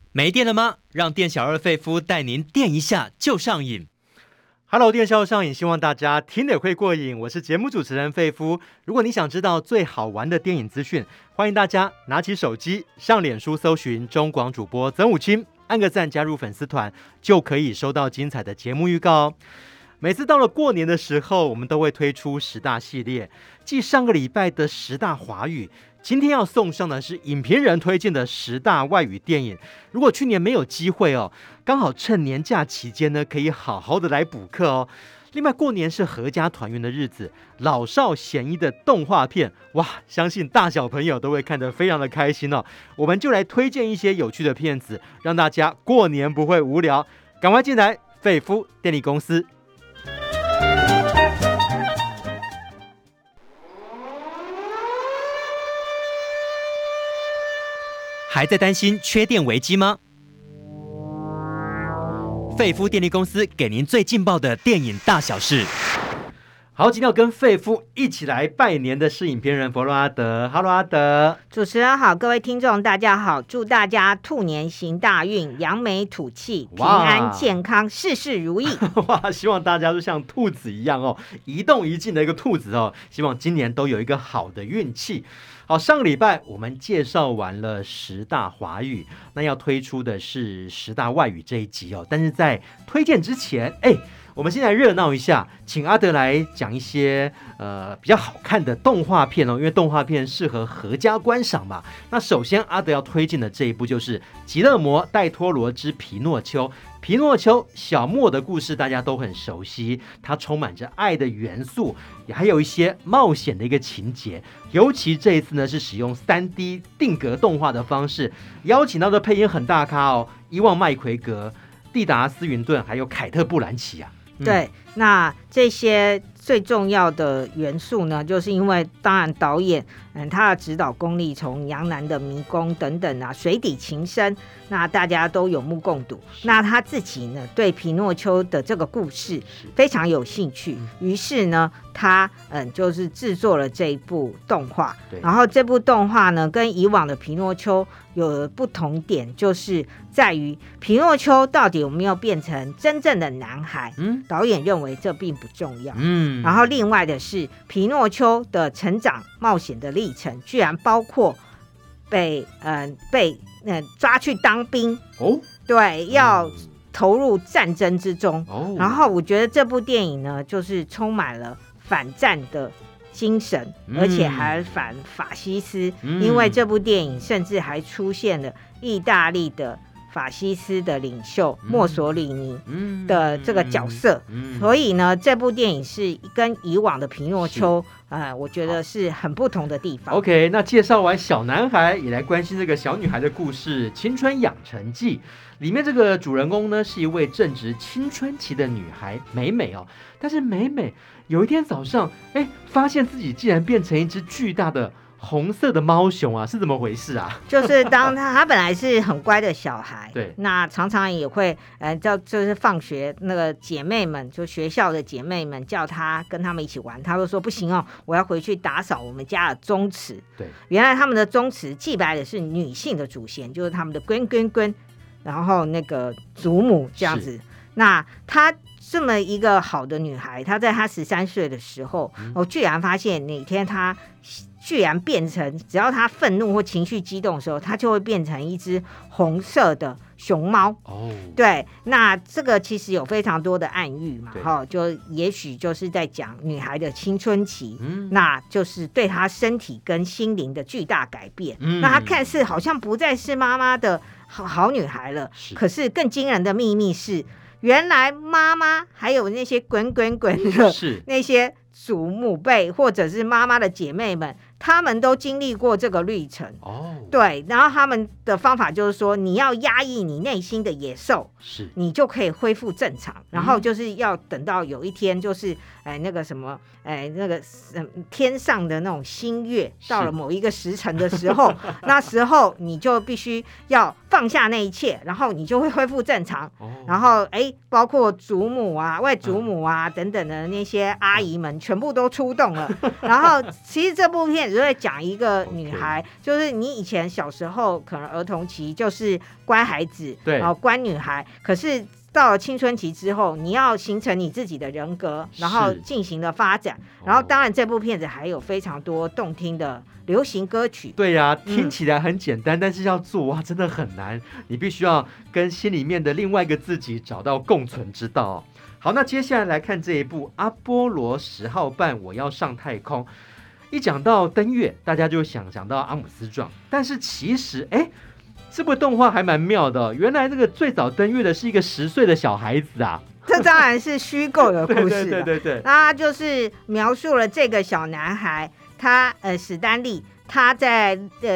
没电了吗？让店小二费夫带您电一下就上瘾。 Hello， 电销上瘾，希望大家听得会过瘾。我是节目主持人费夫。如果你想知道最好玩的电影资讯，欢迎大家拿起手机上脸书搜寻中广主播曾武清，按个赞加入粉丝团，就可以收到精彩的节目预告哦。每次到了过年的时候，我们都会推出10大系列，继上个礼拜的10大华语，今天要送上的是影评人推荐的10大外语电影。如果去年没有机会哦，刚好趁年假期间呢，可以好好的来补课哦。另外，过年是合家团圆的日子，老少咸宜的动画片，哇，相信大小朋友都会看得非常的开心哦。我们就来推荐一些有趣的片子，让大家过年不会无聊。赶快进来，费夫电力公司。 还在担心缺电危机吗？费夫电力公司给您最劲爆的电影大小事。 好，今天要跟费夫一起来拜年的是影评人佛罗阿德。Hello， 阿德。 主持人好，各位听众大家好，祝大家兔年行大运，扬眉吐气，平安健康，事事如意。 哇，希望大家都像兔子一样哦，一动一静的一个兔子哦，希望今年都有一个好的运气。好，上个礼拜我们介绍完了10大华语，那要推出的是10大外语这一集哦。但是在推荐之前，我们先来热闹一下，请阿德来讲一些比较好看的动画片哦，因为动画片适合合家观赏嘛。那首先阿德要推荐的这一部就是《吉勒摩·戴托罗之皮诺丘》。皮诺丘小木偶的故事大家都很熟悉，它充满着爱的元素，也还有一些冒险的一个情节。尤其这一次呢，是使用3D 定格动画的方式，邀请到的配音很大咖哦，伊旺麦奎格、蒂达斯云顿，还有凯特布兰奇啊。 对，那这些最重要的元素呢，就是因为当然导演他的指导功力，从杨澜的迷宫等等啊，水底情深，那大家都有目共睹。那他自己呢，对皮诺丘的这个故事非常有兴趣，于是呢，他就是制作了这一部动画。然后这部动画呢，跟以往的皮诺丘有不同点，就是在于皮诺丘到底有没有变成真正的男孩，导演认为这并不重要。然后另外的是皮诺丘的成长冒险的历程，居然包括被抓去当兵哦，对，要投入战争之中哦。然后我觉得这部电影呢，就是充满了反战的精神，而且还反法西斯，因为这部电影甚至还出现了意大利的法西斯的领袖墨索里尼的这个角色，所以呢，这部电影是跟以往的皮诺丘我觉得是很不同的地方。 OK， 那介绍完小男孩，也来关心这个小女孩的故事《青春养成记》里面这个主人公呢，是一位正值青春期的女孩美美哦。但是美美有一天早上发现自己竟然变成一只巨大的红色的猫熊啊，是怎么回事啊？ 就是当他本来是很乖的小孩， 对， 那常常也会就是放学那个姐妹们，就学校的姐妹们叫他跟他们一起玩，他都说不行哦，我要回去打扫我们家的宗祠。 对， 原来他们的宗祠祭拜的是女性的祖先，就是他们的滚，然后那个祖母这样子。那他这么一个好的女孩，她在她13岁的时候，我居然发现哪天她居然变成，只要她愤怒或情绪激动的时候，她就会变成一只红色的熊猫。对，那这个其实有非常多的暗喻嘛，就也许就是在讲女孩的青春期，那就是对她身体跟心灵的巨大改变。那她看似好像不再是妈妈的好女孩了，可是更惊人的秘密是，原来妈妈还有那些滚的那些祖母辈或者是妈妈的姐妹们，他们都经历过这个历程。对，然后他们的方法就是说，你要压抑你内心的野兽，你就可以恢复正常。然后就是要等到有一天，就是那个什么那个天上的那种星月到了某一个时辰的时候，那时候你就必须要放下那一切，然后你就会恢复正常。然后包括祖母啊、外祖母啊等等的那些阿姨们全部都出动了。然后其实这部片始都会讲一个女孩，就是你以前小时候可能儿童期就是乖孩子， 对， 乖女孩，可是到了青春期之后，你要形成你自己的人格，然后进行了发展。然后当然这部片子还有非常多动听的流行歌曲。 对呀，听起来很简单，但是要做哇，真的很难。你必须要跟心里面的另外一个自己找到共存之道。好，那接下来来看这一部《阿波罗10号半我要上太空》。一讲到登月，大家就想到阿姆斯壮，但是其实这部动画还蛮妙的，原来这个最早登月的是一个10岁的小孩子啊。 这当然是虚构的故事对， 那就是描述了这个小男孩，他史丹利，他在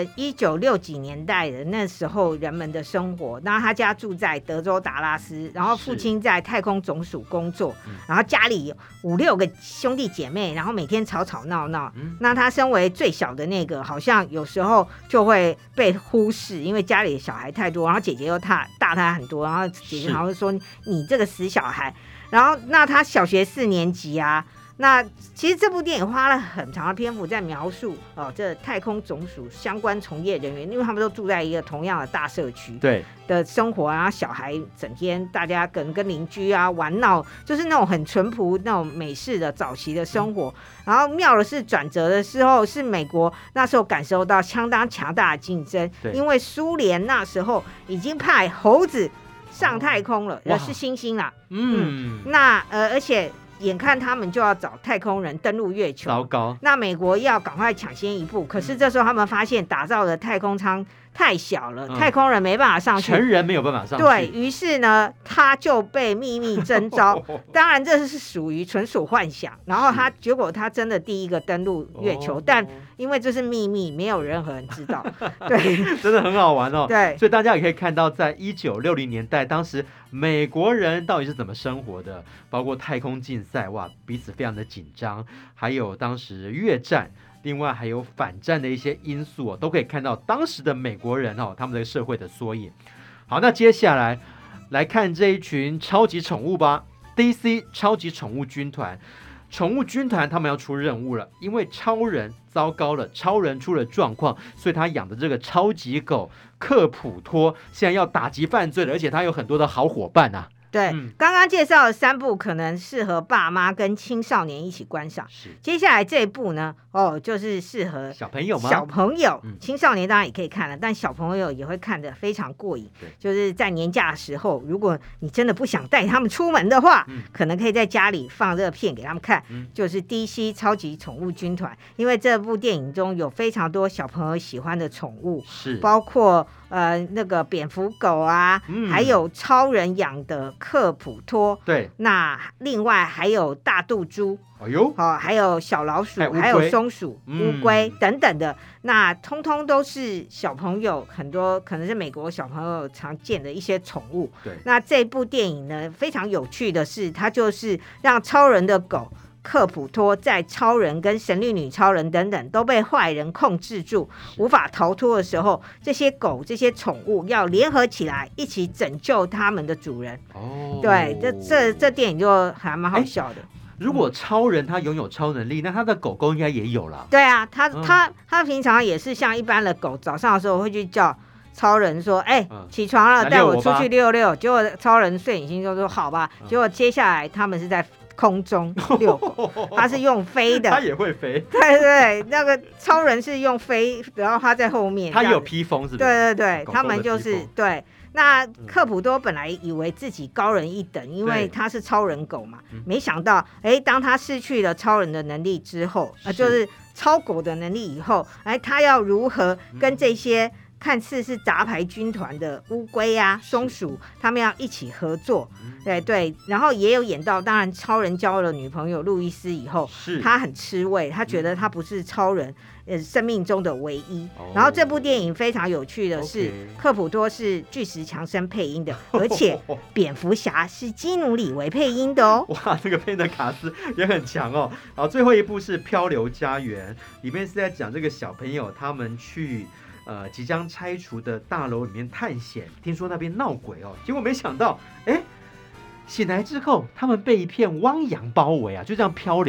1960几年代的那时候人们的生活。然后他家住在德州达拉斯，然后父亲在太空总署工作，然后家里有5、6个兄弟姐妹，然后每天吵吵闹闹。那他身为最小的那个，好像有时候就会被忽视，因为家里的小孩太多，然后姐姐又大他很多，然后姐姐好像说你这个死小孩。然后那他小学4年级啊。那其实这部电影花了很长的篇幅在描述这太空总署相关从业人员，因为他们都住在一个同样的大社区的生活，然后小孩整天大家跟邻居啊玩闹，就是那种很淳朴那种美式的早期的生活。然后妙的是转折的时候是美国那时候感受到相当强大的竞争，因为苏联那时候已经派猴子上太空了，是猩猩啦。那而且眼看他们就要找太空人登陆月球， 糟糕！ 那美国要赶快抢先一步，可是这时候他们发现打造的太空舱太小了，太空人没办法上去， 成人没有办法上去。 对，于是呢，他就被秘密征召。当然这是纯属幻想。然后结果他真的第一个登陆月球，但因为这是秘密，没有任何人知道。对， 真的很好玩哦。 对， 所以大家也可以看到，在1960年代，当时美国人到底是怎么生活的，包括太空竞赛，哇，彼此非常的紧张，还有当时越战。另外还有反战的一些因素都可以看到当时的美国人他们的社会的缩影。好，那接下来来看这一群超级宠物吧。 DC 超级宠物军团，宠物军团他们要出任务了，因为超人糟糕了，超人出了状况，所以他养的这个超级狗克普托现在要打击犯罪了，而且他有很多的好伙伴啊。 对，刚刚介绍的3部可能适合爸妈跟青少年一起观赏。接下来这一部呢，就是适合小朋友吗？ 小朋友，青少年当然也可以看了，但小朋友也会看得非常过瘾。就是在年假的时候，如果你真的不想带他们出门的话，可能可以在家里放这个片给他们看，就是 DC 超级宠物军团。因为这部电影中有非常多小朋友喜欢的宠物，包括那个蝙蝠狗啊，还有超人养的克普托， 对， 那另外还有大肚猪，还有小老鼠，还有松鼠、乌龟等等的，那通通都是小朋友很多可能是美国小朋友常见的一些宠物。 对， 那这部电影呢非常有趣的是，它就是让超人的狗克普托在超人跟神力女超人等等都被坏人控制住无法逃脱的时候，这些狗这些宠物要联合起来一起拯救他们的主人。对，这电影就还蛮好笑的。 如果超人他拥有超能力，那他的狗狗应该也有了。 对啊，他平常也是像一般的狗，早上的时候会去叫超人说起床了，带我出去溜溜。结果超人睡眼惺忪就说好吧，结果接下来他们是在空中遛狗，他是用飞的， 他也会飞。 对，那个超人是用飞，然后他在后面， 他有披风是不是？ 对，他们就是对。那克普多本来以为自己高人一等，因为他是超人狗嘛，没想到当他失去了超人的能力之后，就是超狗的能力以后，他要如何跟这些看似是杂牌军团的乌龟啊、松鼠，他们要一起合作。对，然后也有演到，当然超人交了女朋友路易斯以后，他很吃味，他觉得他不是超人生命中的唯一。然后这部电影非常有趣的是，克普多是巨石强森配音的，而且蝙蝠侠是基努里维配音的哦。 哇，这个配音的卡司也很强哦。好，最后一部是《漂流家园》，里面是在讲这个小朋友他们去即将拆除的大楼里面探险，听说那边闹鬼哦，结果没想到醒来之后他们被一片汪洋包围啊，就这样漂流啊。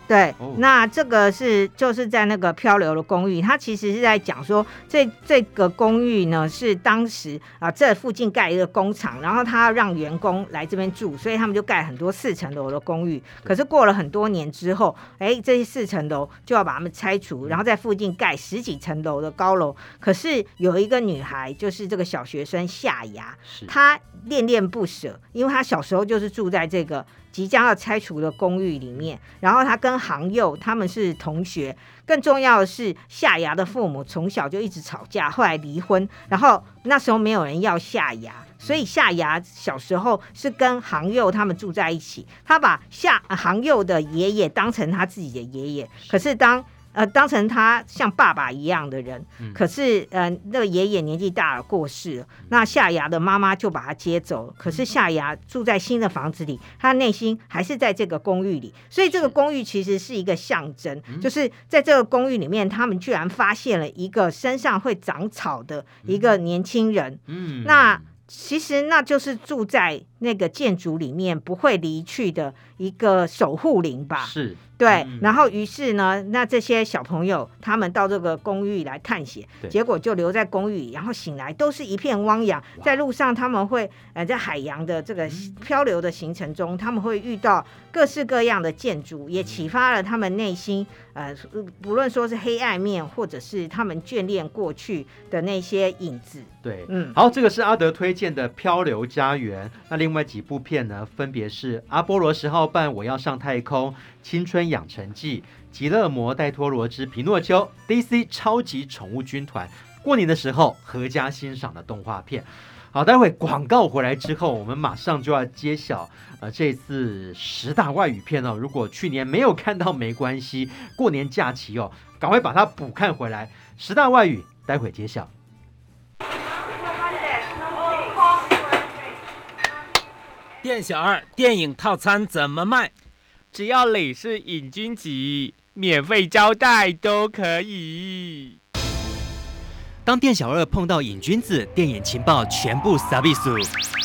对，那这个就是在那个漂流的公寓，它其实是在讲说这个公寓呢是当时这附近盖一个工厂，然后他让员工来这边住，所以他们就盖很多4层楼的公寓。可是过了很多年之后，这些4层楼就要把它们拆除，然后在附近盖10几层楼的高楼。可是有一个女孩，就是这个小学生夏芽，她恋恋不舍，因为她小时候就是住在这个即将要拆除的公寓里面，然后他跟航佑他们是同学，更重要的是夏芽的父母从小就一直吵架，后来离婚，然后那时候没有人要夏芽，所以夏芽小时候是跟航佑他们住在一起，他把航佑的爷爷当成他自己的爷爷，可是当成他像爸爸一样的人，可是那个爷爷年纪大了过世了，那夏芽的妈妈就把他接走了。可是夏芽住在新的房子里，他内心还是在这个公寓里，所以这个公寓其实是一个象征，就是在这个公寓里面，他们居然发现了一个身上会长草的一个年轻人。那其实那就是住在那个建筑里面不会离去的一个守护灵吧。 是， 对，然后于是呢，那这些小朋友他们到这个公寓来探险，结果就留在公寓里，然后醒来都是一片汪洋。在路上他们会在海洋的这个漂流的行程中，他们会遇到各式各样的建筑，也启发了他们内心不论说是黑暗面，或者是他们眷恋过去的那些影子。 对，好，这个是阿德推荐的《漂流家园》。那另外几部片呢，分别是《阿波罗10号办我要上太空》、《青春养成记》、《吉勒摩戴托罗之皮诺丘》、DC 超级宠物军团。过年的时候合家欣赏的动画片。好，待会广告回来之后，我们马上就要揭晓这次10大外语片哦。如果去年没有看到没关系，过年假期哦，赶快把它补看回来。10大外语，待会揭晓。 店小二，电影套餐怎么卖？ 只要你是瘾君子，免费招待都可以。 当店小二碰到瘾君子，电影情报全部撒比数。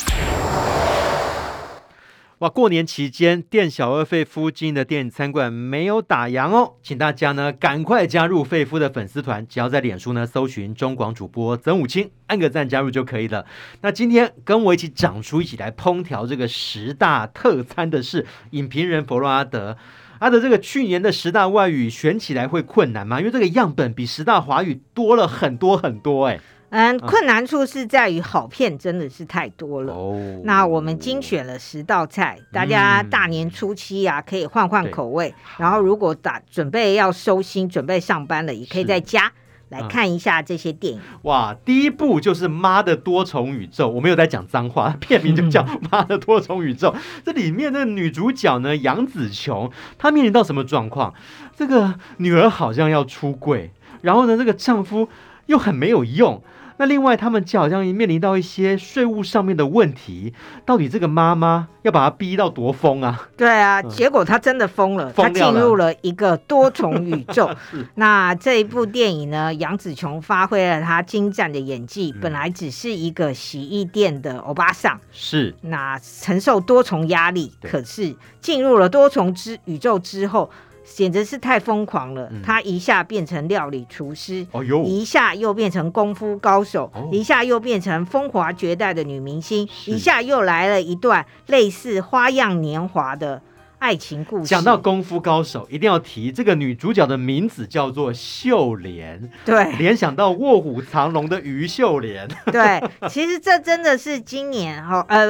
哇，过年期间店小二费夫经营的电影餐馆没有打烊哦，请大家呢赶快加入费夫的粉丝团，只要在脸书呢搜寻中广主播曾武清，按个赞加入就可以了。那今天跟我一起长出一起来烹调这个10大特餐的是影评人佛洛阿德。阿德，这个去年的10大外语选起来会困难吗？因为这个样本比10大华语多了很多很多困难处是在于好片真的是太多了。那我们精选了10道菜，大家大年初七可以换换口味。然后如果准备要收心，准备上班了，也可以在家来看一下这些电影。 哇，第一部就是《妈的多重宇宙》，我没有在讲脏话，片名就叫《妈的多重宇宙》。这里面的女主角呢，杨紫琼，她面临到什么状况？这个女儿好像要出柜，然后呢，这个丈夫又很没有用。那另外他们家好像面临到一些税务上面的问题，到底这个妈妈要把她逼到多疯啊？ 对啊，结果她真的疯了，她进入了一个多重宇宙。那这一部电影呢，杨紫琼发挥了她精湛的演技，本来只是一个洗衣店的欧巴桑， 是那承受多重压力，可是进入了多重宇宙之后，简直是太疯狂了。他一下变成料理厨师，一下又变成功夫高手，一下又变成风华绝代的女明星，一下又来了一段类似花样年华的爱情故事。 讲到功夫高手，一定要提这个女主角的名字叫做秀莲， 对， 联想到卧虎藏龙的于秀莲。 对，其实这真的是今年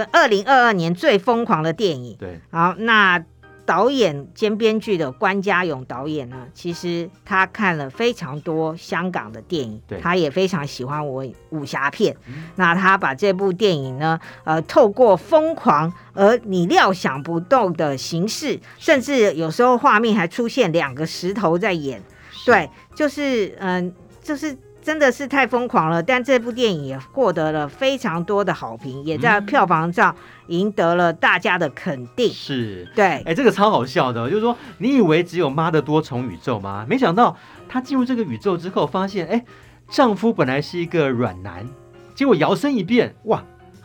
2022年最疯狂的电影。 对， 好，那导演兼编剧的关家勇导演呢，其实他看了非常多香港的电影，他也非常喜欢武侠片。那他把这部电影呢，透过疯狂而你料想不到的形式，甚至有时候画面还出现2个石头在演，对，就是真的是太疯狂了。但这部电影也获得了非常多的好评，也在票房上赢得了大家的肯定。 是， 对， 这个超好笑的，就是说你以为只有妈的多重宇宙吗？没想到她进入这个宇宙之后，发现丈夫本来是一个软男，结果摇身一变，哇，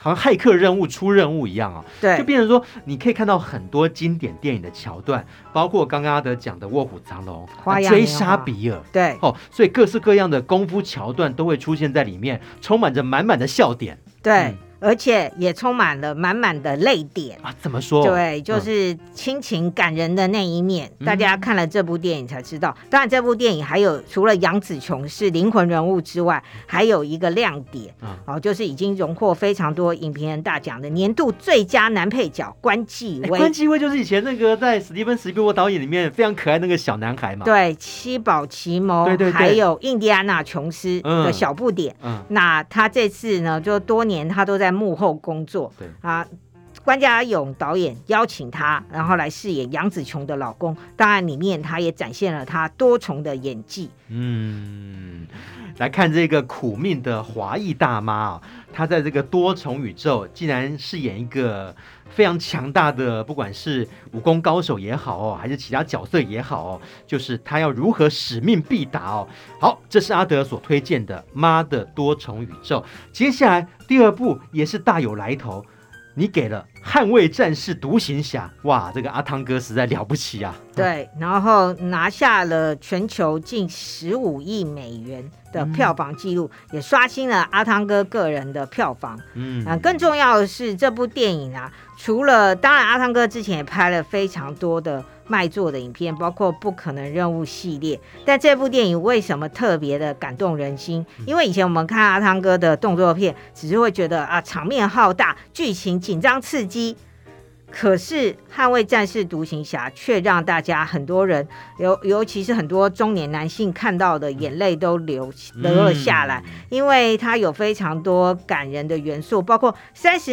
好像骇客任务出任务一样啊， 对， 就变成说你可以看到很多经典电影的桥段，包括刚刚阿德讲的《卧虎藏龙》、追花样年华杀比尔， 对所以各式各样的功夫桥段都会出现在里面，充满着满满的笑点。 对，而且也充满了满满的泪点啊！怎么说？ 对，就是亲情感人的那一面，大家看了这部电影才知道。当然，这部电影还有除了杨紫琼是灵魂人物之外，还有一个亮点，就是已经荣获非常多影评人大奖的年度最佳男配角关继威。 关继威就是以前那个在史蒂芬·史匹柏导演里面非常可爱那个小男孩嘛。 对，七宝奇谋， 对， 还有印第安纳琼斯的小不点。那他这次呢，就多年他都在幕后工作。 对啊。关家勇导演邀请他，然后来饰演杨紫琼的老公。当然，里面他也展现了他多重的演技。 来看这个苦命的华裔大妈啊，她在这个多重宇宙竟然饰演一个非常强大的，不管是武功高手也好哦，还是其他角色也好哦，就是她要如何使命必达哦。好，这是阿德所推荐的《妈的多重宇宙》。接下来第二部也是大有来头。你给了捍卫战士独行侠，哇，这个阿汤哥实在了不起啊！ 对，然后拿下了全球近15亿美元的票房纪录，也刷新了阿汤哥个人的票房。更重要的是这部电影啊，除了当然阿汤哥之前也拍了非常多的卖座的影片，包括不可能任务系列，但这部电影为什么特别的感动人心？因为以前我们看阿汤哥的动作片，只是会觉得啊场面浩大，剧情紧张刺激。可是捍卫战士独行侠却让大家很多人尤其是很多中年男性看到的眼泪都流了下来，因为它有非常多感人的元素，包括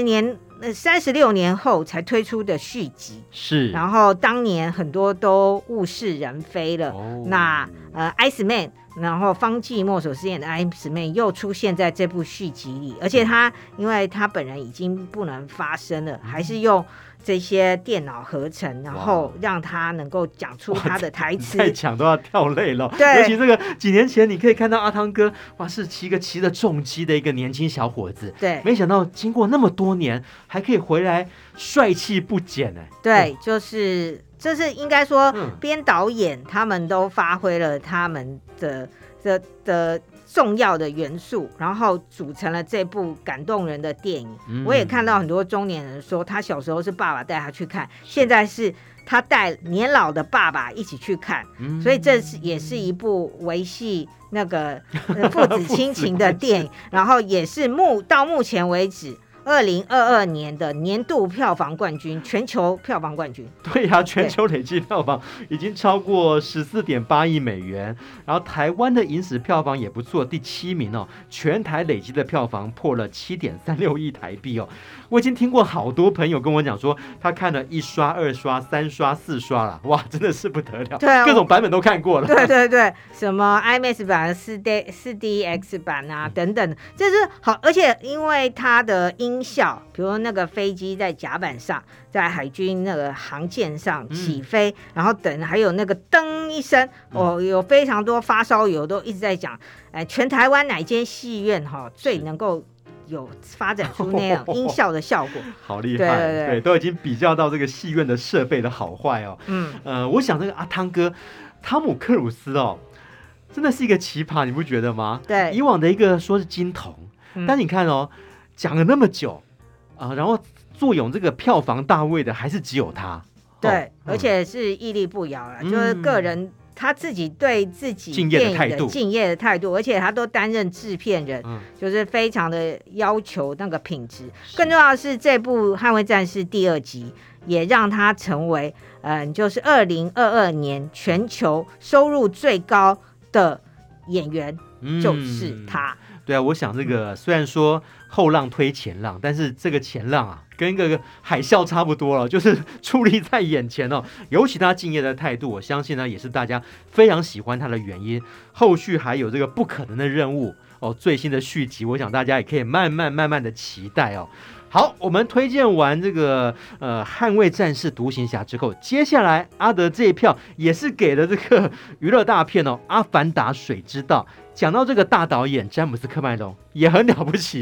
36年后才推出的续集， 是， 然后当年很多都物是人非了。那Iceman， 然后方季莫所饰演的 Iceman 又出现在这部续集里，而且因为他本人已经不能发声了，还是用这些电脑合成，然后让他能够讲出他的台词， 再讲都要掉泪了。 对， 尤其这个几年前，你可以看到阿汤哥，哇，是骑着重机的一个年轻小伙子。 对， 没想到经过那么多年，还可以回来帅气不减哎。 对，这是应该说，编导演他们都发挥了他们的重要的元素，然后组成了这部感动人的电影。我也看到很多中年人说，他小时候是爸爸带他去看，现在是他带年老的爸爸一起去看，所以这也是一部维系那个父子亲情的电影，然后也是到目前为止2022年的年度票房冠军，全球票房冠军。 对呀，全球累计票房已经超过14.8亿美元，然后台湾的影史票房也不错，第7名哦，全台累计的票房破了7.36亿台币哦。我已经听过好多朋友跟我讲说，他看了1刷、2刷、3刷、4刷了，哇，真的是不得了， 对， 各种版本都看过了。 对对对，什么 IMAX 版、4DX 版啊等等，这是好，而且因为它的音效，比如说那个飞机在甲板上，在海军那个航舰上起飞，然后还有那个噔一声，有非常多发烧友都一直在讲，全台湾哪间戏院最能够有发展出那样音效的效果， 好厉害，对，都已经比较到这个戏院的设备的好坏哦。我想这个阿汤哥汤姆克鲁斯哦，真的是一个奇葩，你不觉得吗？ 对， 以往的一个说是金童，但你看哦，讲了那么久然后坐拥这个票房大位的还是只有他， 对，而且是屹立不摇了，就是个人他自己对自己电影的敬业的态度，而且他都担任制片人，就是非常的要求那个品质。更重要的是，这部《捍卫战士》第2集也让他成为就是2022年全球收入最高的演员，就是他。 对啊，我想这个虽然说后浪推前浪，但是这个前浪啊，跟一个海啸差不多了，就是矗立在眼前哦。尤其他敬业的态度，我相信呢，也是大家非常喜欢他的原因。后续还有这个不可能的任务最新的续集，我想大家也可以慢慢的期待哦。好，我们推荐完这个捍卫战士独行侠之后，接下来阿德这一票也是给了这个娱乐大片哦，阿凡达水之道。讲到这个大导演詹姆斯科麦隆也很了不起啊。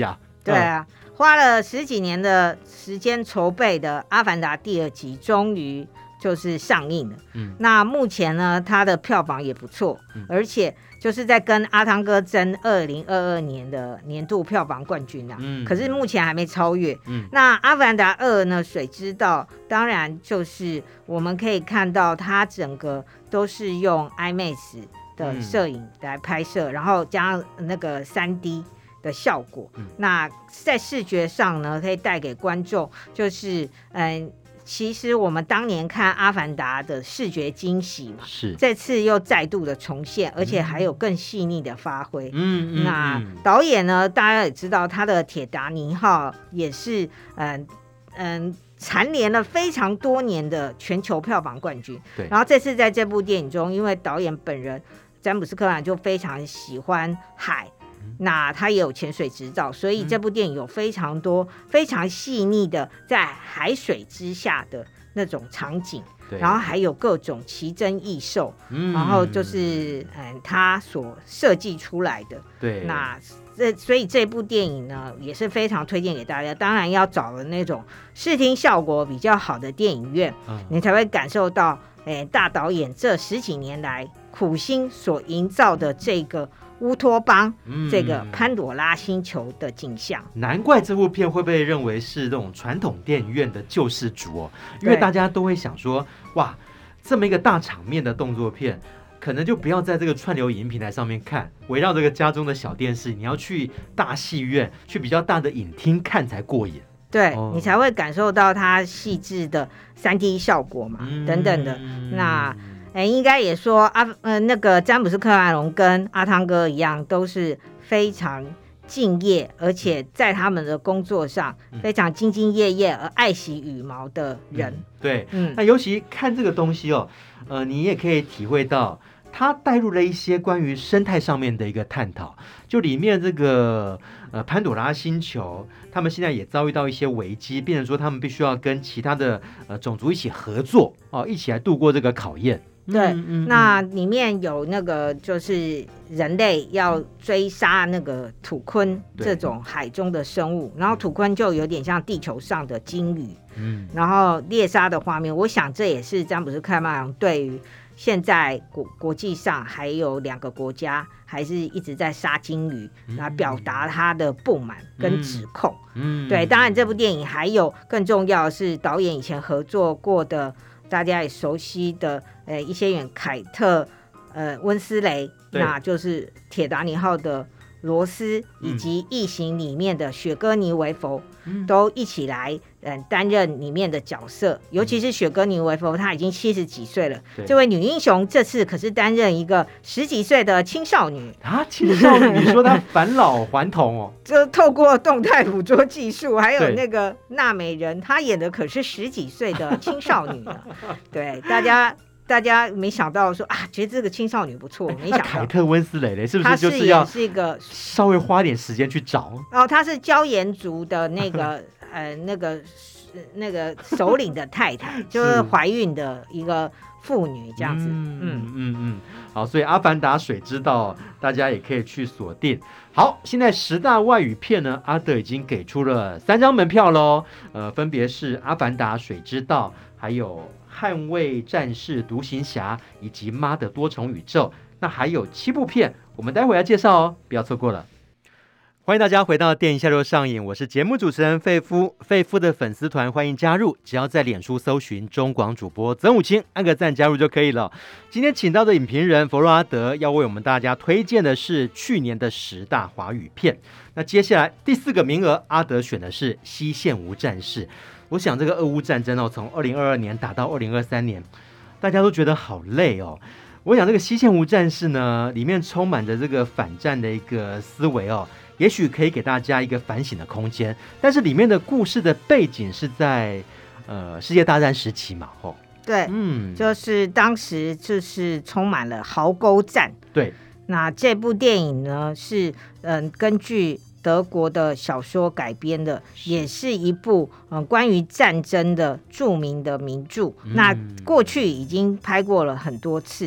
对啊，花了10几年的时间筹备的《阿凡达》第2集终于就是上映了。那目前呢，它的票房也不错，而且就是在跟阿汤哥争2022年的年度票房冠军啊。可是目前还没超越。那《阿凡达2》呢，《水之道》当然就是我们可以看到它整个都是用 IMAX 的摄影来拍摄，然后加上那个3D的效果。那在视觉上呢，可以带给观众就是其实我们当年看《阿凡达》的视觉惊喜嘛， 是这次又再度的重现，而且还有更细腻的发挥。那导演呢，大家也知道他的《铁达尼号》也是蝉联了非常多年的全球票房冠军。 对， 然后这次在这部电影中，因为导演本人詹姆斯·柯南就非常喜欢海。那他也有潜水执照，所以这部电影有非常多非常细腻的在海水之下的那种场景，然后还有各种奇珍异兽，然后就是他所设计出来的。对，那所以这部电影呢也是非常推荐给大家。当然要找了那种视听效果比较好的电影院，你才会感受到大导演这10几年来苦心所营造的这个乌托邦，这个潘朵拉星球的景象。 难怪这部片会被认为是这种传统电影院的救世主哦，因为大家都会想说，哇，这么一个大场面的动作片，可能就不要在这个串流影音平台上面看，围绕这个家中的小电视，你要去大戏院，去比较大的影厅看才过瘾。 对，你才会感受到它细致的 3D 效果嘛，等等的。那应该也说那个詹姆斯·克莱隆跟阿汤哥一样，都是非常敬业，而且在他们的工作上非常兢兢业业而爱惜羽毛的人。 对，那尤其看这个东西哦，你也可以体会到他带入了一些关于生态上面的一个探讨。就里面这个潘朵拉星球，他们现在也遭遇到一些危机，变成说他们必须要跟其他的种族一起合作一起来度过这个考验。 对，那里面有那个就是人类要追杀那个土鲲这种海中的生物，然后土鲲就有点像地球上的鲸鱼，然后猎杀的画面，我想这也是詹姆斯·克莱隆对于现在国际上还有2个国家还是一直在杀鲸鱼来表达他的不满跟指控。对，当然这部电影还有更重要的是导演以前合作过的大家也熟悉的一些演凯特温斯雷，那就是铁达尼号的罗斯，以及异形里面的雪歌妮维佛，都一起来担任里面的角色。尤其是雪歌妮维佛，她已经70几岁了，这位女英雄这次可是担任一个10几岁的青少女啊！青少女，你说她返老还童哦？ 就透过动态捕捉技术，还有那个娜美人，她演的可是10几岁的青少女呢。对，大家没想到说觉得这个青少女不错，没想到凯特温斯雷是不是就是要是一个稍微花点时间去找？ 她是椒盐族的那个那个首领的太太，就是怀孕的一个妇女这样子。 好，所以《阿凡达：水之道》大家也可以去锁定。好，现在10大外语片呢，阿德已经给出了3张门票喽，分别是《阿凡达：水之道》，还有捍卫战士、独行侠以及妈的多重宇宙。那还有7部片，我们待会要介绍哦，不要错过了。欢迎大家回到电影下周上映，我是节目主持人费夫。费夫的粉丝团欢迎加入，只要在脸书搜寻中广主播曾武清，按个赞加入就可以了。今天请到的影评人佛洛阿德要为我们大家推荐的是去年的10大华语片。那接下来第4个名额，阿德选的是《西线无战事》。我想这个俄乌战争从2022年打到2023年，大家都觉得好累哦。我想这个《西线无战事》呢，里面充满着这个反战的一个思维哦，也许可以给大家一个反省的空间。但是里面的故事的背景是在世界大战时期嘛， 对，就是当时就是充满了壕沟战。 对， 那这部电影呢是根据德国的小说改编的，也是一部关于战争的著名的名著。那过去已经拍过了很多次，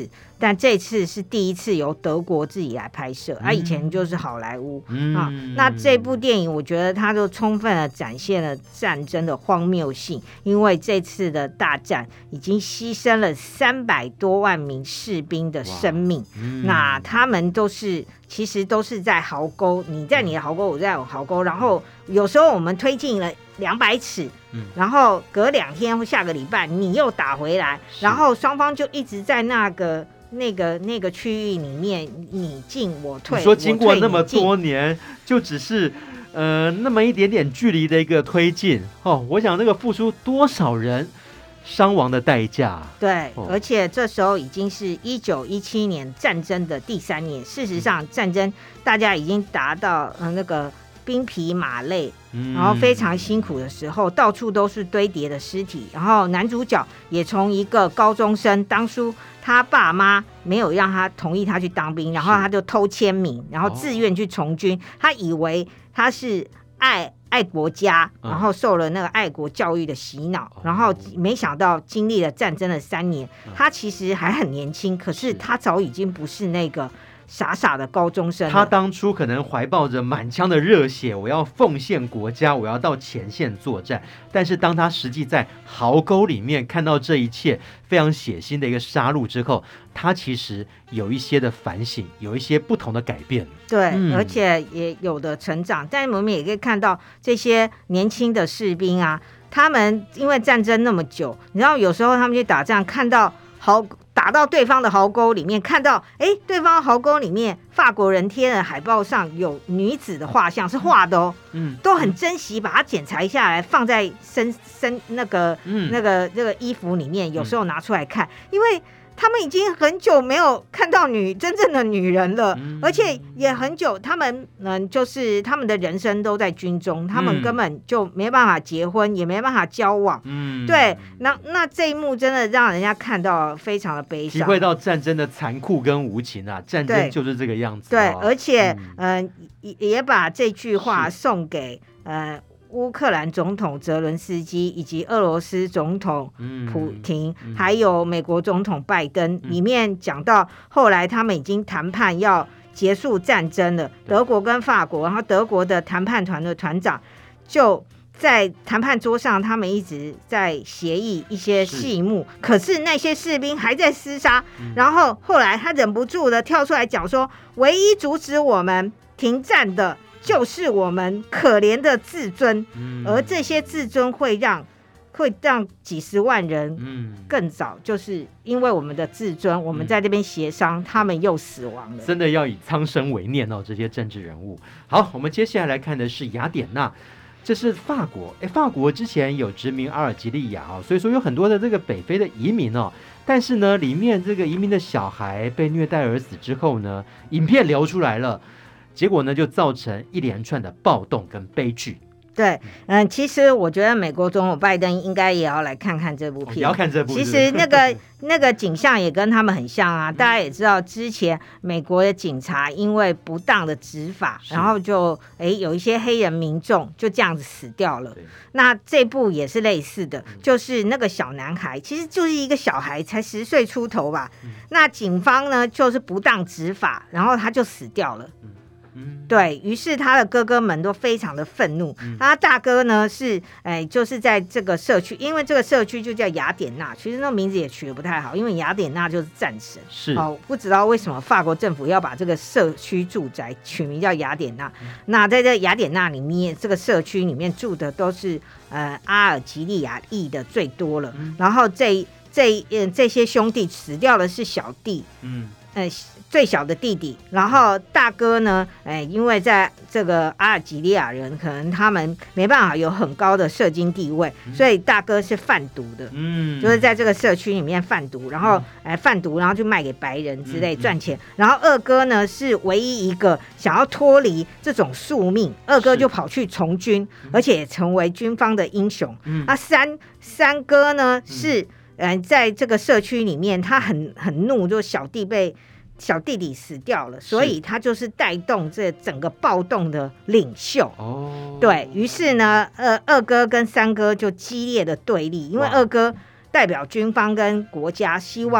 但这次是第一次由德国自己来拍摄，以前就是好莱坞那这部电影我觉得它就充分的展现了战争的荒谬性，因为这次的大战已经牺牲了300多万名士兵的生命，那他们其实都是在壕沟，你在你的壕沟，我在我壕沟，然后有时候我们推进了200尺，然后隔2天或下个礼拜你又打回来，然后双方就一直在那个区域里面你进我退。 你说经过那么多年，就只是那么一点点距离的一个推进我想那个付出多少人伤亡的代价。 对，而且这时候已经是1917年战争的第3年，事实上战争大家已经达到那个兵疲马累，然后非常辛苦的时候，到处都是堆叠的尸体。然后男主角也从一个高中生，当初他爸妈没有让他同意他去当兵，然后他就偷签名，然后自愿去从军。他以为他是爱国家，然后受了那个爱国教育的洗脑，然后没想到经历了战争的3年，他其实还很年轻，可是他早已经不是那个傻傻的高中生了。 他当初可能怀抱着满腔的热血，我要奉献国家，我要到前线作战。但是当他实际在壕沟里面看到这一切非常血腥的一个杀戮之后，他其实有一些的反省，有一些不同的改变。 对，而且也有的成长。但我们也可以看到这些年轻的士兵啊，他们因为战争那么久，你知道有时候他们去打仗，看到打到对方的壕沟里面，看到对方壕沟里面法国人贴的海报上有女子的画像，是画的都很珍惜，把它剪裁下来放在那个衣服里面，有时候拿出来看，因为他们已经很久没有看到真正的女人了，而且也很久，他们就是他们的人生都在军中，他们根本就没办法结婚，也没办法交往。对，那这一幕真的让人家看到非常的悲伤， 体会到战争的残酷跟无情啊！战争就是这个样子。 对，而且也把这句话送给乌克兰总统泽伦斯基以及俄罗斯总统普廷，还有美国总统拜登，里面讲到后来他们已经谈判要结束战争了，德国跟法国，然后德国的谈判团的团长就在谈判桌上，他们一直在协议一些细目，可是那些士兵还在厮杀，然后后来他忍不住的跳出来讲说，唯一阻止我们停战的就是我们可怜的自尊，而这些自尊会让几十万人更早，就是因为我们的自尊，我们在这边协商，他们又死亡了。 真的要以苍生为念这些政治人物。好，我们接下来来看的是雅典娜，这是法国。法国之前有殖民阿尔及利亚所以说有很多的这个北非的移民但是呢，里面这个移民的小孩被虐待而死之后呢，影片流出来了。结果呢，就造成一连串的暴动跟悲剧。 对，其实我觉得美国总统拜登应该也要来看看这部片， 也要看这部。 其实那个景象也跟他们很像啊。大家也知道，之前美国的警察因为不当的执法，然后就有一些黑人民众就这样子死掉了。那这部也是类似的，就是那个小男孩，其实就是一个小孩，才10岁出头吧。那警方呢，就是不当执法，然后他就死掉了。对，于是他的哥哥们都非常的愤怒。他大哥呢就是在这个社区，因为这个社区就叫雅典娜，其实那名字也取得不太好，因为雅典娜就是战神。 是不知道为什么法国政府要把这个社区住宅取名叫雅典娜。那在这雅典娜里面，这个社区里面住的都是阿尔及利亚裔的最多了。然后这些兄弟死掉的是小弟。最小的弟弟，然后大哥呢，因为在这个阿尔及利亚人可能他们没办法有很高的社经地位，所以大哥是贩毒的，就是在这个社区里面贩毒，然后贩毒，然后就卖给白人之类赚钱。然后二哥呢是唯一一个想要脱离这种宿命，二哥就跑去从军，而且也成为军方的英雄。三哥呢是在这个社区里面，他很怒，就小弟弟死掉了，所以他就是带动这整个暴动的领袖。对，于是呢，二哥跟三哥就激烈的对立，因为二哥代表军方跟国家，希望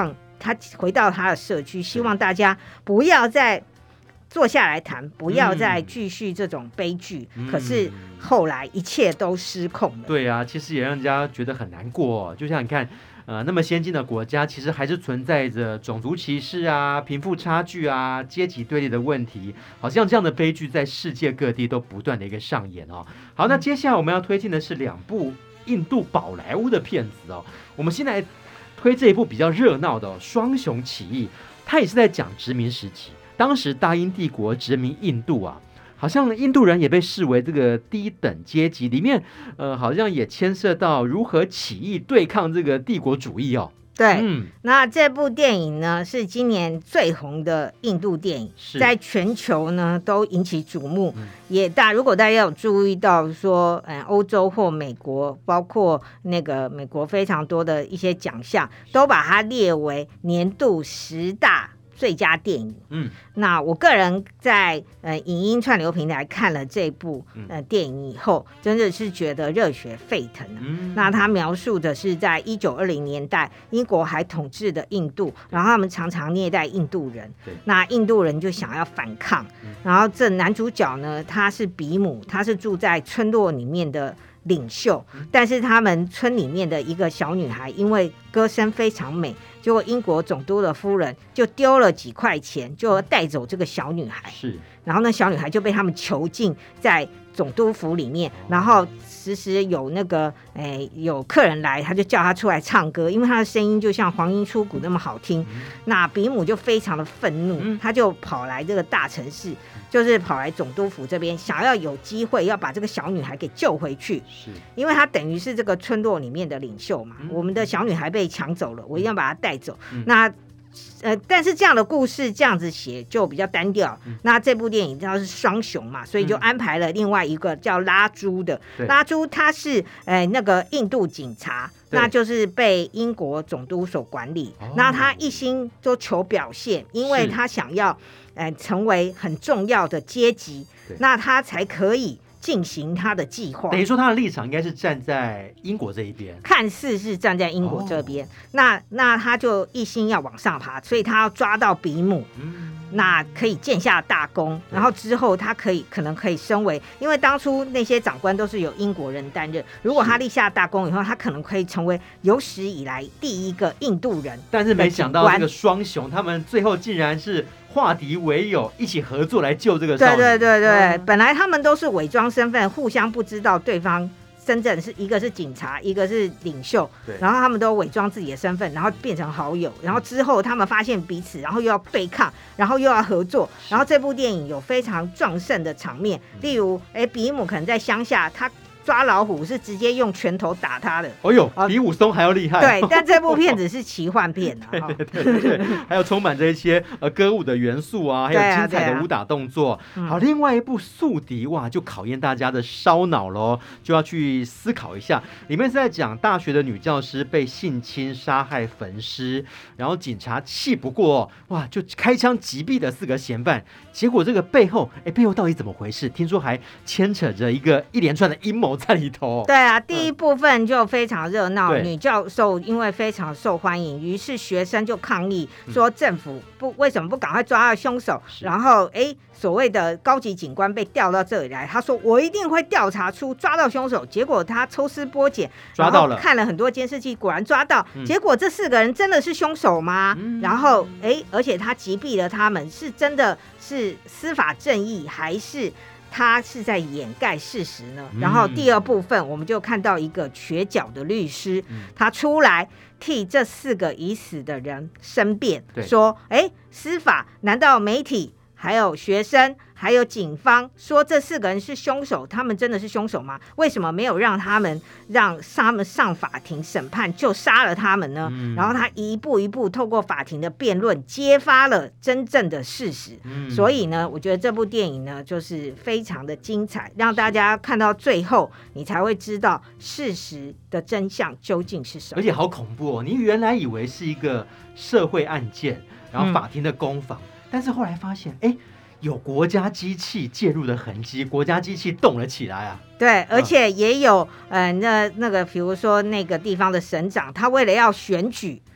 他回到他的社区，希望大家不要再坐下来谈，不要再继续这种悲剧。可是后来一切都失控了。 对啊，其实也让人家觉得很难过。就像你看，那么先进的国家，其实还是存在着种族歧视啊、贫富差距啊、阶级对立的问题。好像这样的悲剧在世界各地都不断的一个上演哦。好，那接下来我们要推荐的是2部印度宝莱坞的片子哦。我们先来推这一部比较热闹的双雄起义，它也是在讲殖民时期。当时大英帝国殖民印度啊，好像印度人也被视为这个低等阶级，里面好像也牵涉到如何起义对抗这个帝国主义哦。 对，那这部电影呢是今年最红的印度电影，在全球呢都引起瞩目。如果大家有注意到说，欧洲或美国，包括那个美国非常多的一些奖项，都把它列为年度10大最佳电影。那我个人在影音串流平台看了这部电影以后，真的是觉得热血沸腾那他描述的是在1920年代英国还统治的印度，然后他们常常虐待印度人，那印度人就想要反抗。然后这男主角呢，他是比姆，他是住在村落里面的领袖，但是他们村里面的一个小女孩因为歌声非常美，结果英国总督的夫人就丢了几块钱，就带走这个小女孩。然后那小女孩就被他们囚禁在总督府里面，然后时有那个有客人来，他就叫她出来唱歌，因为她的声音就像黄莺出谷那么好听。那比姆就非常的愤怒，他就跑来这个大城市，就是跑来总督府这边，想要有机会要把这个小女孩给救回去。因为他等于是这个村落里面的领袖嘛，我们的小女孩被抢走了，我一定要把她带走。但是这样的故事这样子写就比较单调。那这部电影它是双雄嘛，所以就安排了另外一个叫拉朱的。拉朱他是那个印度警察，那就是被英国总督所管理。那他一心都求表现，因为他想要成为很重要的阶级，那他才可以进行他的计划。等于说他的立场应该是站在英国这一边， 看似是站在英国这边。那他就一心要往上爬，所以他要抓到比姆，那可以建下大功。然后之后他可能可以升为，因为当初那些长官都是由英国人担任，如果他立下大功以后，他可能可以成为有史以来第一个印度人。 但是没想到这个双雄他们最后竟然是化敌为友，一起合作来救这个少女。 对，本来他们都是伪装身份，互相不知道对方真正是一个是警察，一个是领袖，然后他们都伪装自己的身份，然后变成好友，然后之后他们发现彼此，然后又要对抗，然后又要合作。然后这部电影有非常壮盛的场面，例如比姆可能在乡下，他抓老虎是直接用拳头打他的。 比武松还要厉害。 对，但这部片子是奇幻片对，还有充满着一些歌舞的元素啊，还有精彩的武打动作。好，另外一部宿敌哇，就考验大家的烧脑咯，就要去思考一下。里面是在讲大学的女教师被性侵、杀害、焚尸，然后警察气不过哇，就开枪击毙了4个嫌犯。结果这个背后到底怎么回事？听说还牵扯着一连串的阴谋在里头。 对啊，第一部分就非常热闹，女教授因为非常受欢迎，于是学生就抗议说政府为什么不赶快抓到凶手。然后所谓的高级警官被调到这里来，他说我一定会调查出抓到凶手。结果他抽丝剥茧， 抓到了， 看了很多监视器，果然抓到。结果这4个人真的是凶手吗？然后而且他击毙了他们，是真的是司法正义，还是他是在掩盖事实呢？然后第二部分我们就看到一个瘸脚的律师，他出来替这4个已死的人申辩，说司法难道媒体还有学生还有警方说这4个人是凶手，他们真的是凶手吗？为什么没有让他们上法庭审判就杀了他们呢？然后他一步一步透过法庭的辩论揭发了真正的事实。所以呢，我觉得这部电影呢就是非常的精彩，让大家看到最后你才会知道事实的真相究竟是什么。 而且好恐怖哦，你原来以为是一个社会案件，然后法庭的攻防，但是后来发现有国家机器介入的痕迹，国家机器动了起来啊。 对，而且也有那个比如说那个地方的省长，他为了要选举，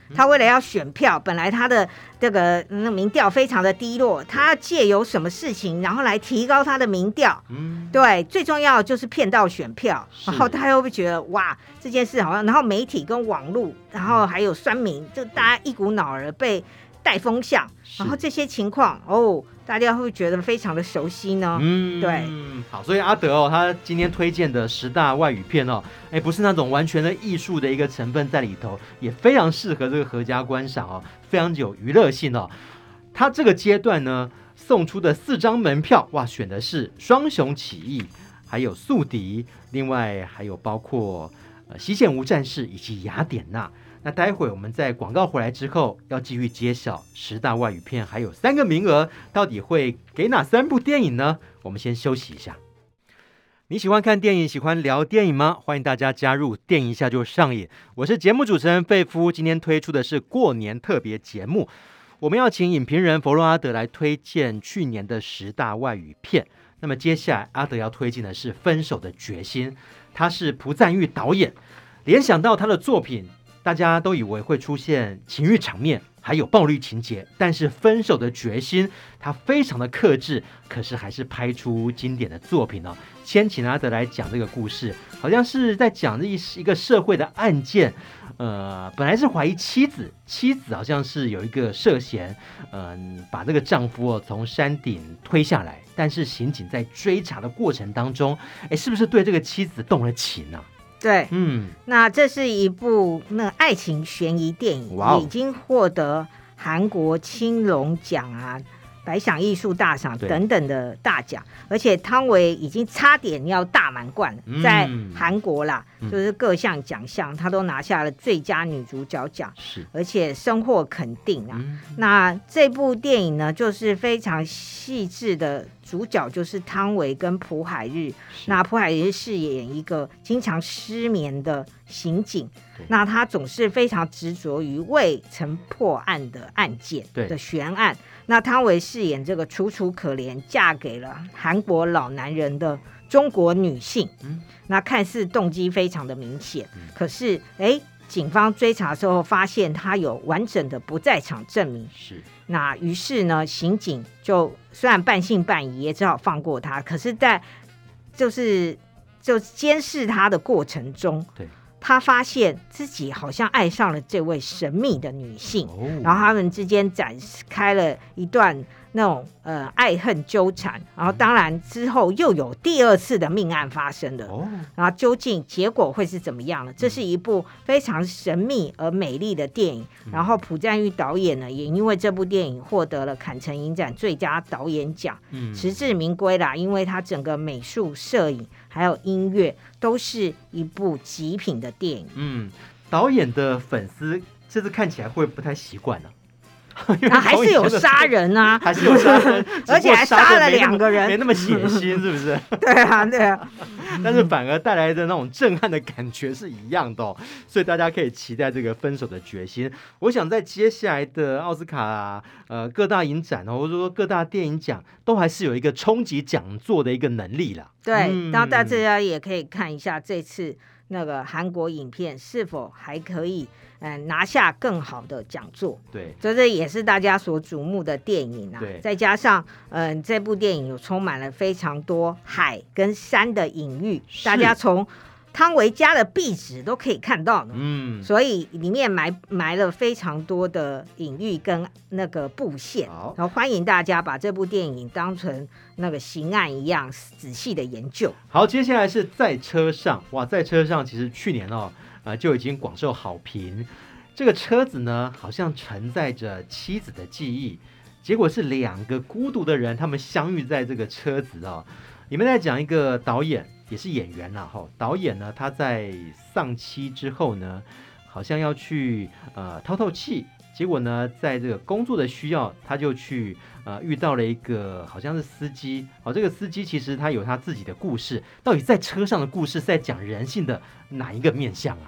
他为了要选票，本来他的这个民调非常的低落，他借由什么事情，然后来提高他的民调。对，最重要的就是骗到选票，然后他又会觉得哇，这件事好像，然后媒体跟网络，然后还有酸民，就大家一股脑儿被带风向，然后这些情况大家会觉得非常的熟悉呢。对， 好，所以阿德他今天推荐的10大外语片不是那种完全的艺术的一个成分在里头，也非常适合这个合家观赏非常有娱乐性他这个阶段呢送出的4张门票，哇，选的是双雄起义，还有宿敌，另外还有包括西线无战事以及雅典娜。那待会我们在广告回来之后，要继续揭晓10大外语片还有3个名额，到底会给哪3部电影呢？我们先休息一下。你喜欢看电影，喜欢聊电影吗？欢迎大家加入电影一下就上瘾。我是节目主持人费夫，今天推出的是过年特别节目，我们要请影评人佛洛阿德来推荐去年的10大外语片。那么接下来阿德要推荐的是《分手的决心》，他是朴赞郁导演。联想到他的作品，大家都以为会出现情欲场面还有暴力情节，但是《分手的决心》他非常的克制，可是还是拍出经典的作品先请阿德来讲这个故事，好像是在讲一个社会的案件，本来是怀疑妻子好像是有一个涉嫌把这个丈夫从山顶推下来，但是刑警在追查的过程当中是不是对这个妻子动了情呢？ 对，那这是一部爱情悬疑电影，也已经获得韩国青龙奖百想艺术大赏等等的大奖，而且汤唯已经差点要大满贯了，在韩国啦，就是各项奖项她都拿下了最佳女主角奖，而且深获肯定那这部电影呢，就是非常细致的，主角就是汤唯跟朴海日。那朴海日饰演一个经常失眠的刑警，那他总是非常执着于未曾破案的案件的悬案。那汤唯饰演这个楚楚可怜嫁给了韩国老男人的中国女性，那看似动机非常的明显，可是警方追查之后发现他有完整的不在场证明，那于是呢，刑警就虽然半信半疑，也只好放过他，可是在就监视他的过程中，他发现自己好像爱上了这位神秘的女性，然后他们之间展开了一段那种爱恨纠缠，然后当然之后又有第2次的命案发生了，然后究竟结果会是怎么样呢？这是一部非常神秘而美丽的电影，然后朴赞郁导演呢，也因为这部电影获得了坎城影展最佳导演奖，实至名归啦，因为他整个美术、摄影还有音乐都是一部极品的电影。 导演的粉丝这次看起来会不太习惯呢？ 还是有杀人还是有杀人而且还杀了2个人， 没那么血腥，是不是？ 对啊但是反而带来的那种震撼的感觉是一样的所以大家可以期待这个分手的决心。我想在接下来的奥斯卡各大影展或者说各大电影奖都还是有一个冲击讲座的一个能力啦。 对，然后大家也可以看一下这次那个韩国影片是否还可以拿下更好的讲座。 对， 这也是大家所瞩目的电影对， 再加上这部电影有充满了非常多海跟山的隐喻，大家从汤唯家的壁纸都可以看到呢。所以里面埋了非常多的隐喻跟那个布线，然后欢迎大家把这部电影当成那个刑案一样仔细的研究。 好，接下来是在车上。哇，在车上其实去年就已经广受好评。这个车子呢，好像承载着妻子的记忆，结果是2个孤独的人，他们相遇在这个车子里面在讲一个导演，也是演员啦导演呢，他在丧妻之后呢，好像要去透透气，结果呢，在这个工作的需要，他就去遇到了一个好像是司机这个司机其实他有他自己的故事，到底在车上的故事是在讲人性的哪一个面向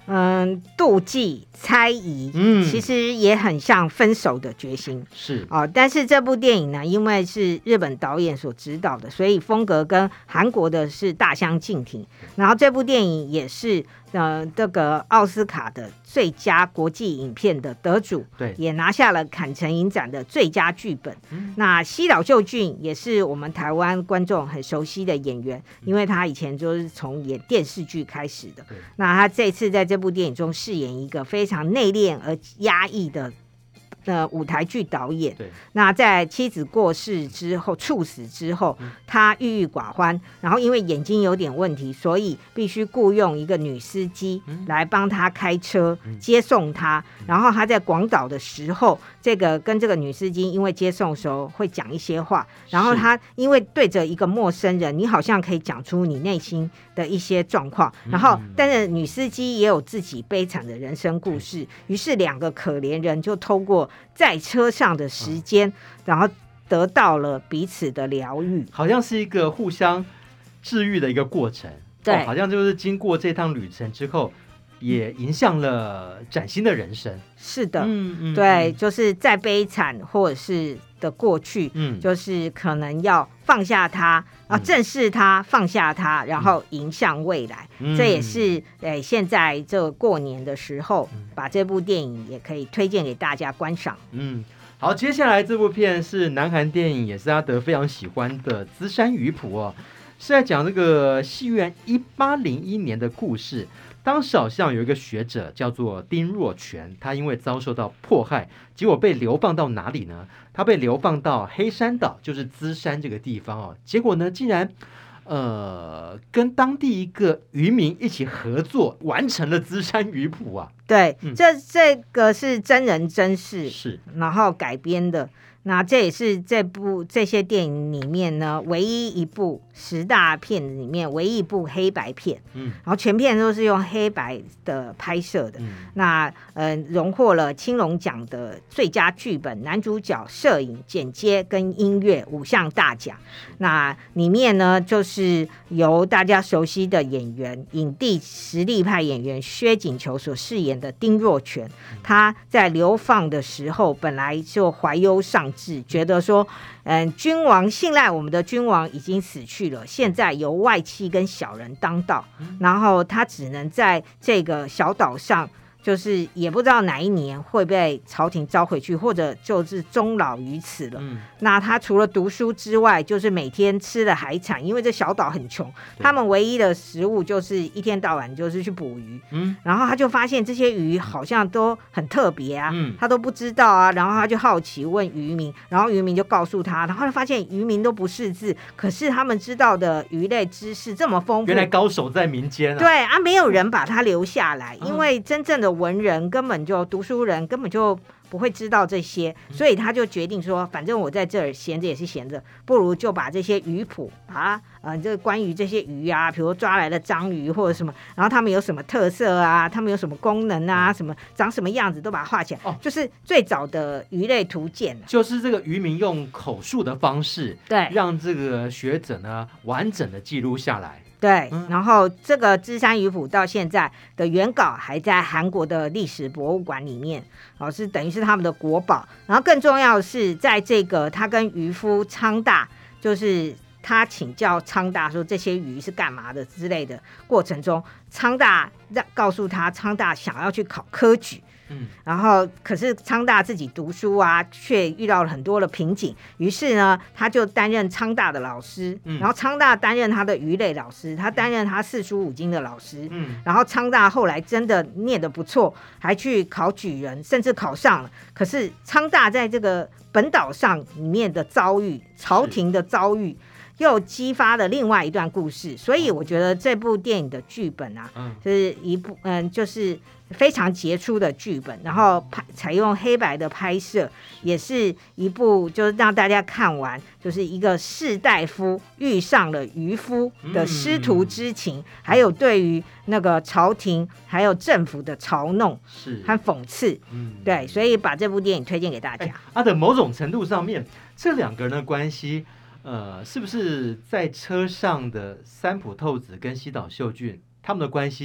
妒忌、猜疑，其实也很像分手的决心， 是但是这部电影呢，因为是日本导演所指导的，所以风格跟韩国的是大相径庭。然后这部电影也是这个奥斯卡的最佳国际影片的得主， 对， 也拿下了坎城影展的最佳剧本。那西岛秀俊也是我们台湾观众很熟悉的演员，因为他以前就是从演电视剧开始的。那他这次在这部电影中饰演一个非常内敛而压抑的舞台剧导演。那在妻子过世之后，猝死之后，他郁郁寡欢，然后因为眼睛有点问题，所以必须雇佣一个女司机来帮他开车接送他。然后他在广岛的时候，跟这个女司机因为接送的时候会讲一些话，然后他因为对着一个陌生人，你好像可以讲出你内心的一些状况，然后但是女司机也有自己悲惨的人生故事，于是两个可怜人就透过在车上的时间，然后得到了彼此的疗愈， 好像是一个互相治愈的一个过程。 对， 好像就是经过这趟旅程之后，也迎向了崭新的人生。 是的，对，就是再悲惨或者是的过去，就是可能要放下它，正视它，放下它，然后迎向未来。这也是现在这过年的时候，把这部电影也可以推荐给大家观赏。 好，接下来这部片是南韩电影，也是阿德非常喜欢的《资山鱼谱》哦，是在讲这个西元1801年的故事。当时好像有一个学者叫做丁若全，他因为遭受到迫害，结果被流放到哪里呢？他被流放到黑山岛，就是资山这个地方哦。结果呢，竟然跟当地一个渔民一起合作，完成了资山鱼谱啊。 对，这个是真人真事， 是然后改编的。那这也是这些电影里面呢，唯一一部10大片里面唯一一部黑白片，然后全片都是用黑白的拍摄的。那荣获了青龙奖的最佳剧本、男主角、摄影、剪接跟音乐5项大奖。那里面呢，就是由大家熟悉的演员、影帝实力派演员薛景求所饰演的丁若全，他在流放的时候本来就怀忧丧志，觉得说君王信赖我们的君王已经死去了，现在由外戚跟小人当道，然后他只能在这个小岛上，就是也不知道哪一年会被朝廷召回去，或者就是终老于此了。那他除了读书之外，就是每天吃的海产，因为这小岛很穷，他们唯一的食物就是一天到晚就是去捕鱼。然后他就发现这些鱼好像都很特别啊，他都不知道啊，然后他就好奇问渔民，然后渔民就告诉他，然后他发现渔民都不识字，可是他们知道的鱼类知识这么丰富， 原来高手在民间啊。 对啊，没有人把他留下来，因为真正的文人根本就读书人根本就不会知道这些，所以他就决定说，反正我在这儿闲着也是闲着，不如就把这些鱼谱这关于这些鱼啊，比如抓来的章鱼或者什么，然后他们有什么特色啊，他们有什么功能啊，什么长什么样子都把它画起来，就是最早的鱼类图鉴， 就是这个渔民用口述的方式， 对， 让这个学者呢完整的记录下来。 对，然后这个资山鱼谱到现在的原稿还在韩国的历史博物馆里面，是等于是他们的国宝。然后更重要的是，在这个他跟渔夫昌大，就是他请教昌大说这些鱼是干嘛的之类的过程中，昌大告诉他，昌大想要去考科举。然后可是昌大自己读书啊，却遇到了很多的瓶颈，于是呢他就担任昌大的老师，然后昌大担任他的鱼类老师，他担任他4书5经的老师，然后昌大后来真的念得不错，还去考举人，甚至考上了。可是昌大在这个本岛上里面的遭遇，朝廷的遭遇，又激发了另外一段故事。所以我觉得这部电影的剧本啊，是一部就是非常杰出的剧本，然后采用黑白的拍摄，也是一部就是让大家看完，就是一个士大夫遇上了渔夫的师徒之情，还有对于那个朝廷还有政府的嘲弄和讽刺。对，所以把这部电影推荐给大家。 的某种程度上面，这两个人的关系，是不是在车上的三浦透子跟西岛秀俊他们的关系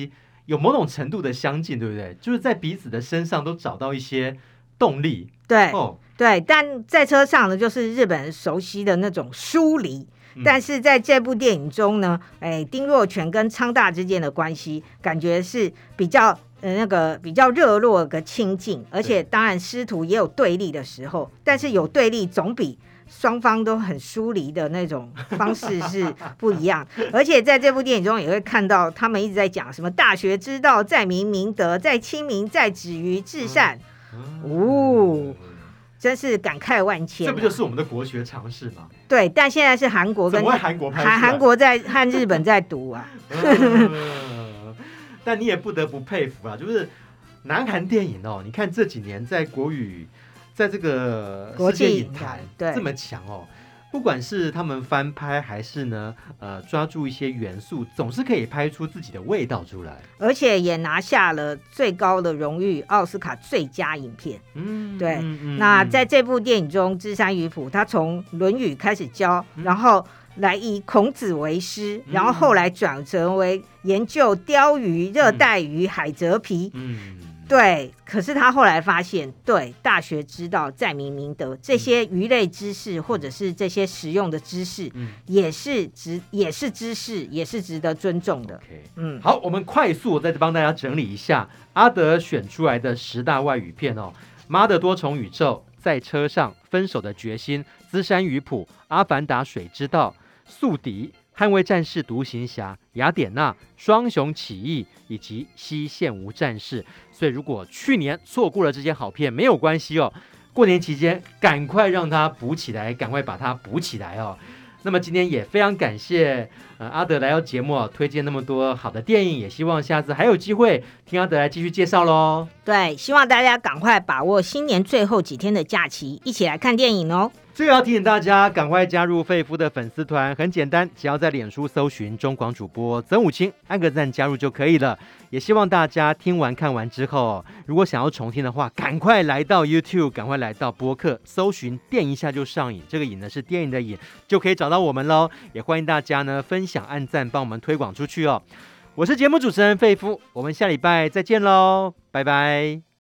有某种程度的相近，对不对？就是在彼此的身上都找到一些动力。 对、 哦， 对，但在车上呢，就是日本人熟悉的那种疏离。但是在这部电影中呢，丁若泉跟昌大之间的关系，感觉是比较比较热络的亲近，而且当然师徒也有对立的时候，但是有对立总比双方都很疏离的那种方式是不一样。而且在这部电影中也会看到他们一直在讲什么大学之道，在明明德，在亲民，在止于至善。真是感慨万千、 这不就是我们的国学常识吗？ 对，但现在是韩国跟怎么会韩国拍出来？ 韩国在和日本在读啊。 但你也不得不佩服啊，就是南韩电影哦，你看这几年在国语，在这个世界影坛这么强哦。不管是他们翻拍还是呢，抓住一些元素，总是可以拍出自己的味道出来， 而且也拿下了最高的荣誉奥斯卡最佳影片。对。那在这部电影中，芝山裕辅他从《论语》开始教，然后来以孔子为师，然后后来转成为研究鲷鱼、热带鱼、海蜇皮。对，可是他后来发现，对，大学之道，在明明德，这些鱼类知识或者是这些实用的知识，也是知识，也是值得尊重的。 好，我们快速再帮大家整理一下阿德选出来的10大外语片哦，《妈的多重宇宙》、在车上、分手的决心、资山鱼谱、阿凡达水之道、宿敌、捍卫战士、独行侠、雅典娜、双雄起义以及西线无战事。所以如果去年错过了这些好片没有关系哦，过年期间赶快让它补起来，赶快把它补起来哦。那么今天也非常感谢阿德来到节目推荐那么多好的电影，也希望下次还有机会听阿德来继续介绍咯。 对，希望大家赶快把握新年最后几天的假期，一起来看电影哦。 最后要提醒大家赶快加入肺夫的粉丝团，很简单，只要在脸书搜寻中广主播曾武清，按个赞加入就可以了。也希望大家听完看完之后，如果想要重听的话，赶快来到 YouTube， 赶快来到播客搜寻电一下就上瘾，这个瘾呢是电影的瘾，就可以找到我们咯。也欢迎大家呢分享按赞帮我们推广出去哦。我是节目主持人肺夫，我们下礼拜再见咯，拜拜。